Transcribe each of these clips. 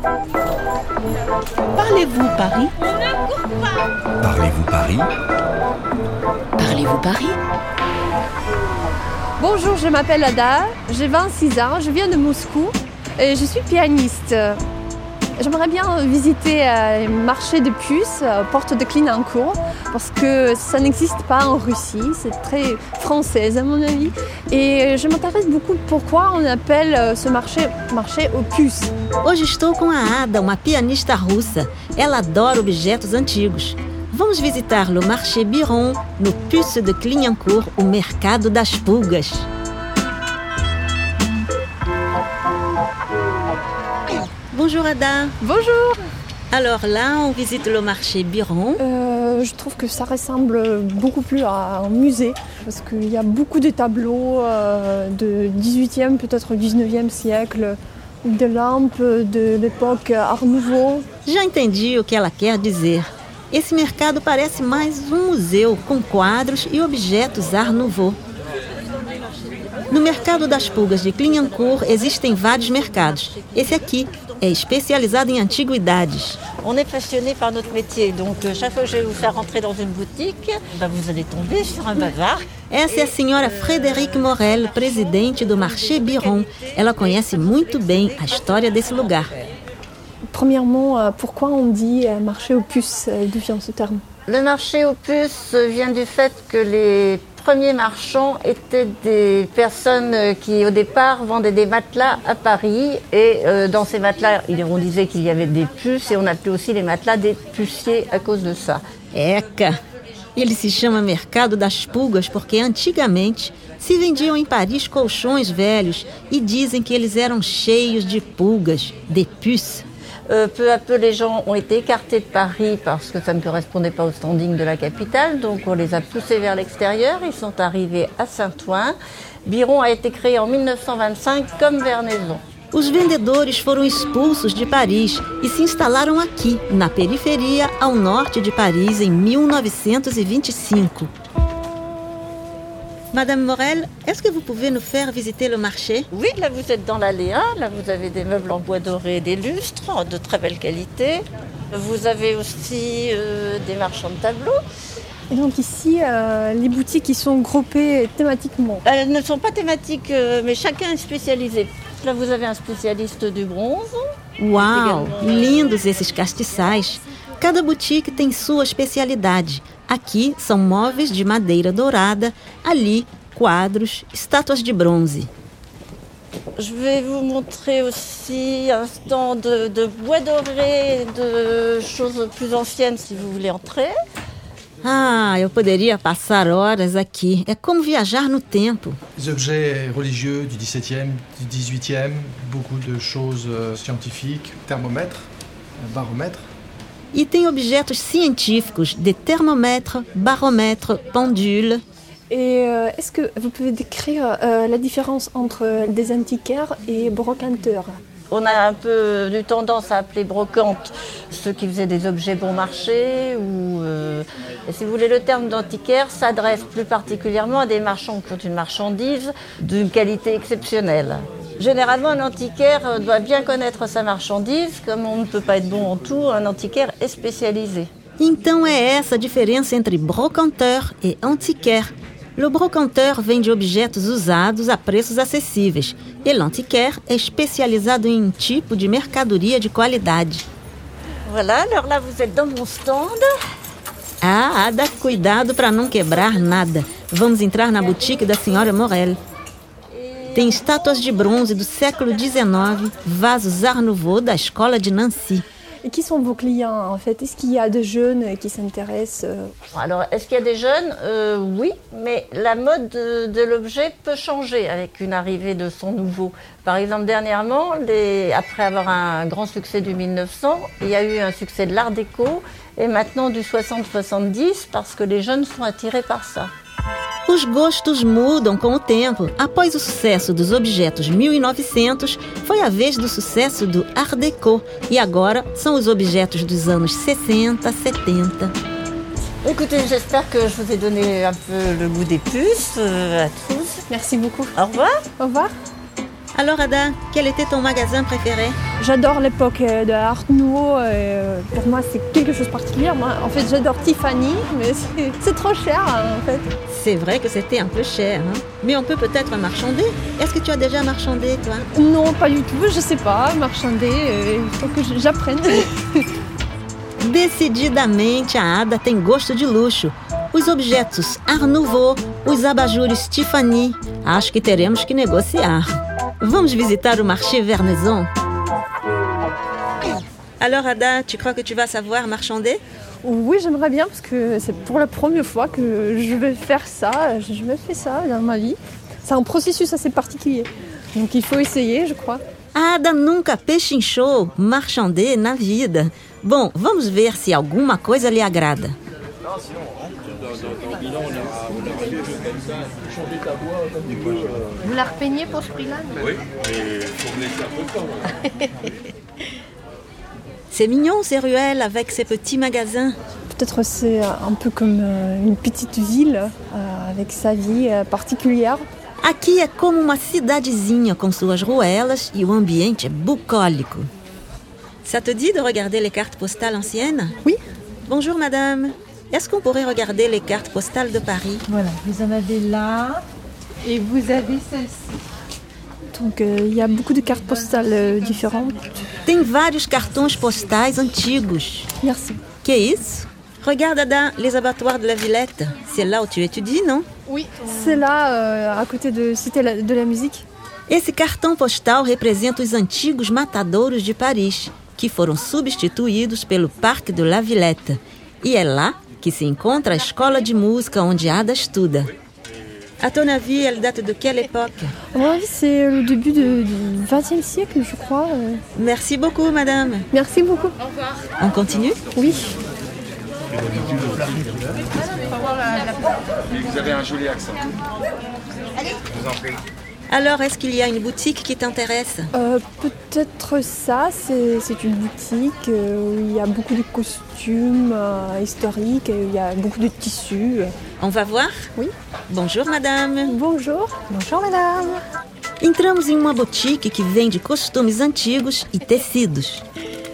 Parlez-vous Paris? Parlez-vous Paris? Parlez-vous Paris? Bonjour, je m'appelle Ada, j'ai 26 ans, je viens de Moscou et je suis pianiste. J'aimerais bien visiter le marché de puces, porte de Clignancourt, parce que ça n'existe pas en Russie, c'est très française à mon avis. Et je m'intéresse beaucoup pourquoi on appelle ce marché aux puces. Hoje estou com a Ada, uma pianista russa. Ela adora objetos antigos. Vamos visitar le marché Biron, no Puce de Clignancourt, o mercado das pulgas. Bonjour Ada. Bonjour. Alors là, on visite le marché Biron. Je trouve que ça ressemble beaucoup plus à un musée, parce qu'il y a beaucoup de tableaux de 18e, peut-être 19e siècle, de lampes de l'époque Art Nouveau. Já entendi o que ela quer dizer. Esse mercado parece mais museu, com quadros e objetos Art Nouveau. No mercado das pulgas de Clignancourt existem vários mercados. Esse aqui é especializado em antiguidades. On est passionné par notre métier, donc chaque fois que je vais vous faire rentrer dans une boutique, vous allez tomber sur un bazar. Essa é a senhora Frédérique Morel, presidente do Marché Biron. Ela conhece muito bem a história desse lugar. Premièrement, pourquoi on dit marché aux puces? D'où vient ce terme? Le marché aux puces vient du fait que les premiers marchands étaient des personnes qui au départ vendaient des matelas à Paris et dans ces matelas, on disait qu'il y avait des puces et on appelait aussi les matelas des puciers à cause de ça. Eca! Ele se chama Mercado das Pulgas porque antigamente se vendiam em Paris colchões velhos e dizem que eles eram cheios de pulgas, de puces. Peu à peu, les gens ont été écartés de Paris parce que ça ne correspondait pas au standing de la capitale. Donc on les a poussés vers l'extérieur. Ils sont arrivés à Saint-Ouen. Biron a été créé en 1925 comme Vernaison. Os vendedores foram expulsos de Paris e se instalaram aqui, na periferia, ao norte de Paris, em 1925. Madame Morel, est-ce que vous pouvez nous faire visiter le marché? Oui, là vous êtes dans l'allée 1, là vous avez des meubles en bois doré, des lustres de très belle qualité. Vous avez aussi des marchands de tableaux. Et donc ici, les boutiques qui sont groupées thématiquement. Elles ne sont pas thématiques, mais chacun est spécialisé. Là vous avez un spécialiste du bronze. Uau, lindos esses castiçais. Cada boutique tem sua especialidade. Aqui são móveis de madeira dourada, ali quadros, estátuas de bronze. Je vais vous montrer aussi un stand de bois doré, de choses plus anciennes si vous voulez entrer. Ah, eu poderia passar horas aqui. É como viajar no tempo. Des objets religieux du XVIIe, du XVIIIe, beaucoup de choses scientifiques, thermomètres, baromètres. E tem objetos científicos de termomètre, baromètre, pendule. Et est-ce que vous pouvez décrire la différence entre des antiquaires et brocanteurs? On a un peu eu tendance à appeler brocante ceux qui faisaient des objets bon marché. Et si vous voulez, le terme d'antiquaire s'adresse plus particulièrement à des marchands qui ont une marchandise d'une qualité exceptionnelle. Généralement, un antiquaire doit bien connaître sa marchandise. Comme on ne peut pas être bon en tout, un antiquaire est spécialisé. Então é essa a diferença entre brocanteur e antiquaire. Le brocanteur vende objetos usados a preços acessíveis e l'antiquaire é especializado em um tipo de mercadoria de qualidade. Voilà, alors là vous êtes dans mon stand. Ah, Ada, cuidado para não quebrar nada. Vamos entrar na boutique da senhora Morel. Tem estátuas de bronze do século XIX, vasos Art Nouveau da escola de Nancy. Et qui sont vos clients en fait? Est-ce qu'il y a des jeunes qui s'intéressent? Alors, est-ce qu'il y a des jeunes? Oui, mais la mode de l'objet peut changer avec une arrivée de son nouveau. Par exemple, dernièrement, après avoir un grand succès du 1900, il y a eu un succès de l'Art déco et maintenant du 60-70 parce que les jeunes sont attirés par ça. Os gostos mudam com o tempo. Após o sucesso dos objetos 1900, foi a vez do sucesso do Art Déco. E agora são os objetos dos anos 60, 70. Écoutez, j'espère que je vous ai donné un peu le goût des puces à tous. Merci beaucoup. Au revoir. Au revoir. Alors Ada, quel était ton magasin préféré? J'adore l'époque de Art Nouveau. Pour moi, c'est quelque chose de particulier. Moi, en fait, j'adore Tiffany, mais c'est trop cher, en fait. C'est vrai que c'était un peu cher, hein? Mais on peut peut-être marchander. Est-ce que tu as déjà marchandé, toi? Non, pas du tout. Je sais pas marchander. Il faut que j'apprenne. Decididamente, a Ada tem gosto de luxo. Os objetos Art Nouveau, os abajures Tiffany. Acho que teremos que negociar. Vamos visitar o marché Vernaison? Alors Ada, tu crois que tu vas savoir marchander? Oui, j'aimerais bien parce que c'est pour la première fois que je vais faire ça. Je me fais ça dans ma vie. C'est un processus assez particulier. Donc il faut essayer, je crois. A Ada nunca pechinchou marchander na vida. Bom, vamos ver se alguma coisa lhe agrada. Vous la repeignez pour ce prix-là? Oui, mais il faut me laisser un peu de temps. C'est mignon ces ruelles avec ces petits magasins. Peut-être c'est un peu comme une petite ville avec sa vie particulière. Aqui é como uma cidadezinha com suas ruelas e o ambiente é bucólico. Ça te dit de regarder les cartes postales anciennes? Oui. Bonjour madame. Est-ce qu'on pourrait regarder les cartes postales de Paris? Voilà, vous en avez là et vous avez celle-ci. Donc il y a beaucoup de cartes postales différentes. Tem vários cartões postais antigos. Merci. Que isso? Regarde Ada, les abattoirs de la Villette. C'est là où tu étudies, non? Oui. C'est là, à côté de Cité de la Musique. Esse cartão postal representa os antigos matadouros de Paris, que foram substituídos pelo Parque de la Villette. E é lá que se encontra a escola de música onde Ada estuda. À ton avis, elle date de quelle époque? À mon avis, c'est le début du XXe siècle, je crois. Merci beaucoup, madame. Merci beaucoup. Au revoir. On continue? Oui. Vous avez un joli accent. Allez. Je vous en prie. Alors, est-ce qu'il y a une boutique qui t'intéresse? Peut-être ça, c'est une boutique où il y a beaucoup de costumes historiques, et il y a beaucoup de tissus. On va voir? Oui. Bonjour, madame. Bonjour. Bonjour, madame. Entramos em uma boutique que vende costumes antigos e tecidos.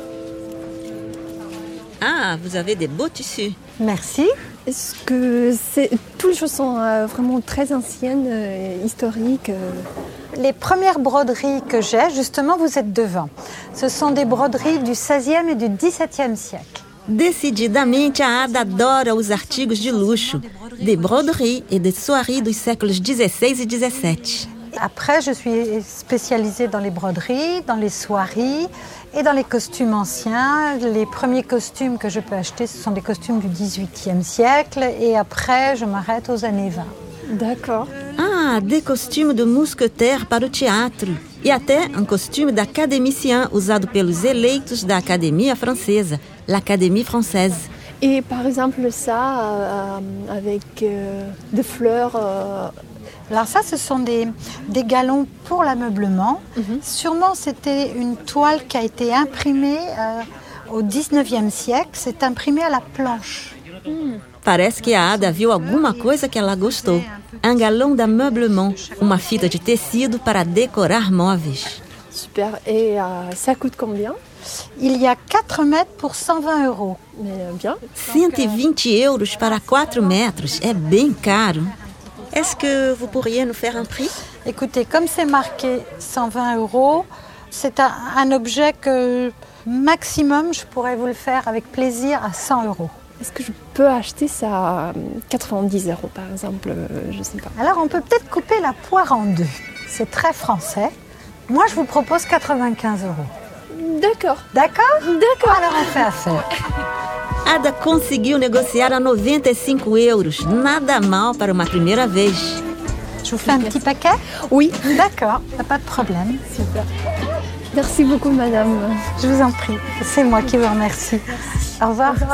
Ah, vous avez des beaux tissus. Merci. Est-ce que toutes les choses sont vraiment très anciennes, historiques? Les premières broderies que j'ai, justement, vous êtes devant. Ce sont des broderies du XVIe et du XVIIe siècle. Decididamente, a Ada adora os artigos de luxo, des broderies et des soieries dos séculos XVI et XVII. Après, je suis spécialisée dans les broderies, dans les soieries et dans les costumes anciens. Les premiers costumes que je peux acheter, ce sont des costumes du XVIIIe siècle. Et après, je m'arrête aux années 20. D'accord. Ah, des costumes de mousquetaire para o teatro. E até um costume d'académicien usado pelos eleitos da Académie Française, l'Académie Française. Et par exemple, ça, avec des fleurs... Alors ça, ce sont des galons pour l'ameublement. Sûrement, c'était une toile qui a été imprimée au XIXe siècle. C'est imprimé à la planche. Parece que a Ada viu alguma coisa que ela gostou. Um galão d'ameublement, uma fita de tecido para decorar móveis. Super. Et ça coûte combien? Il y a 4 mètres pour 120 €. Mais bien. 120 euros para 4 metros. É bem caro. Est-ce que vous pourriez nous faire un prix? Écoutez, comme c'est marqué 120 €, c'est un objet que maximum, je pourrais vous le faire avec plaisir à 100 €. Est-ce que je peux acheter ça à 90 € par exemple? Je ne sais pas. Alors on peut peut-être couper la poire en deux. C'est très français. Moi je vous propose 95 €. D'accord. D'accord? D'accord. Alors on fait affaire. Ada conseguiu negociar a 95 euros. Nada mal para uma primeira vez. Je vous fais un petit paquet? Oui. D'accord, pas de problème. Super. Merci beaucoup, madame. Je vous en prie. C'est moi qui vous remercie. Au revoir. Au revoir.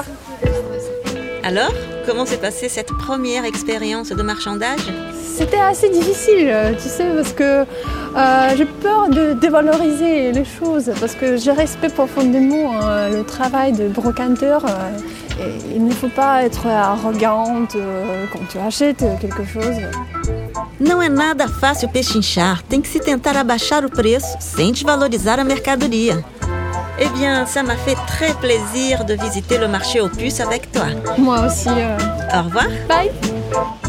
Alors, comment s'est passée cette première expérience de marchandage? C'était assez difficile, tu sais, parce que j'ai peur de dévaloriser les choses, parce que je respecte profondément le travail de brocanteur. Et il ne faut pas être arrogante quand tu achètes quelque chose. Não é nada fácil pechinchar, tem que se tentar abaixar o preço sem desvalorizar a mercadoria. Eh bien, ça m'a fait très plaisir de visiter le marché aux puces avec toi. Moi aussi. Au revoir. Bye.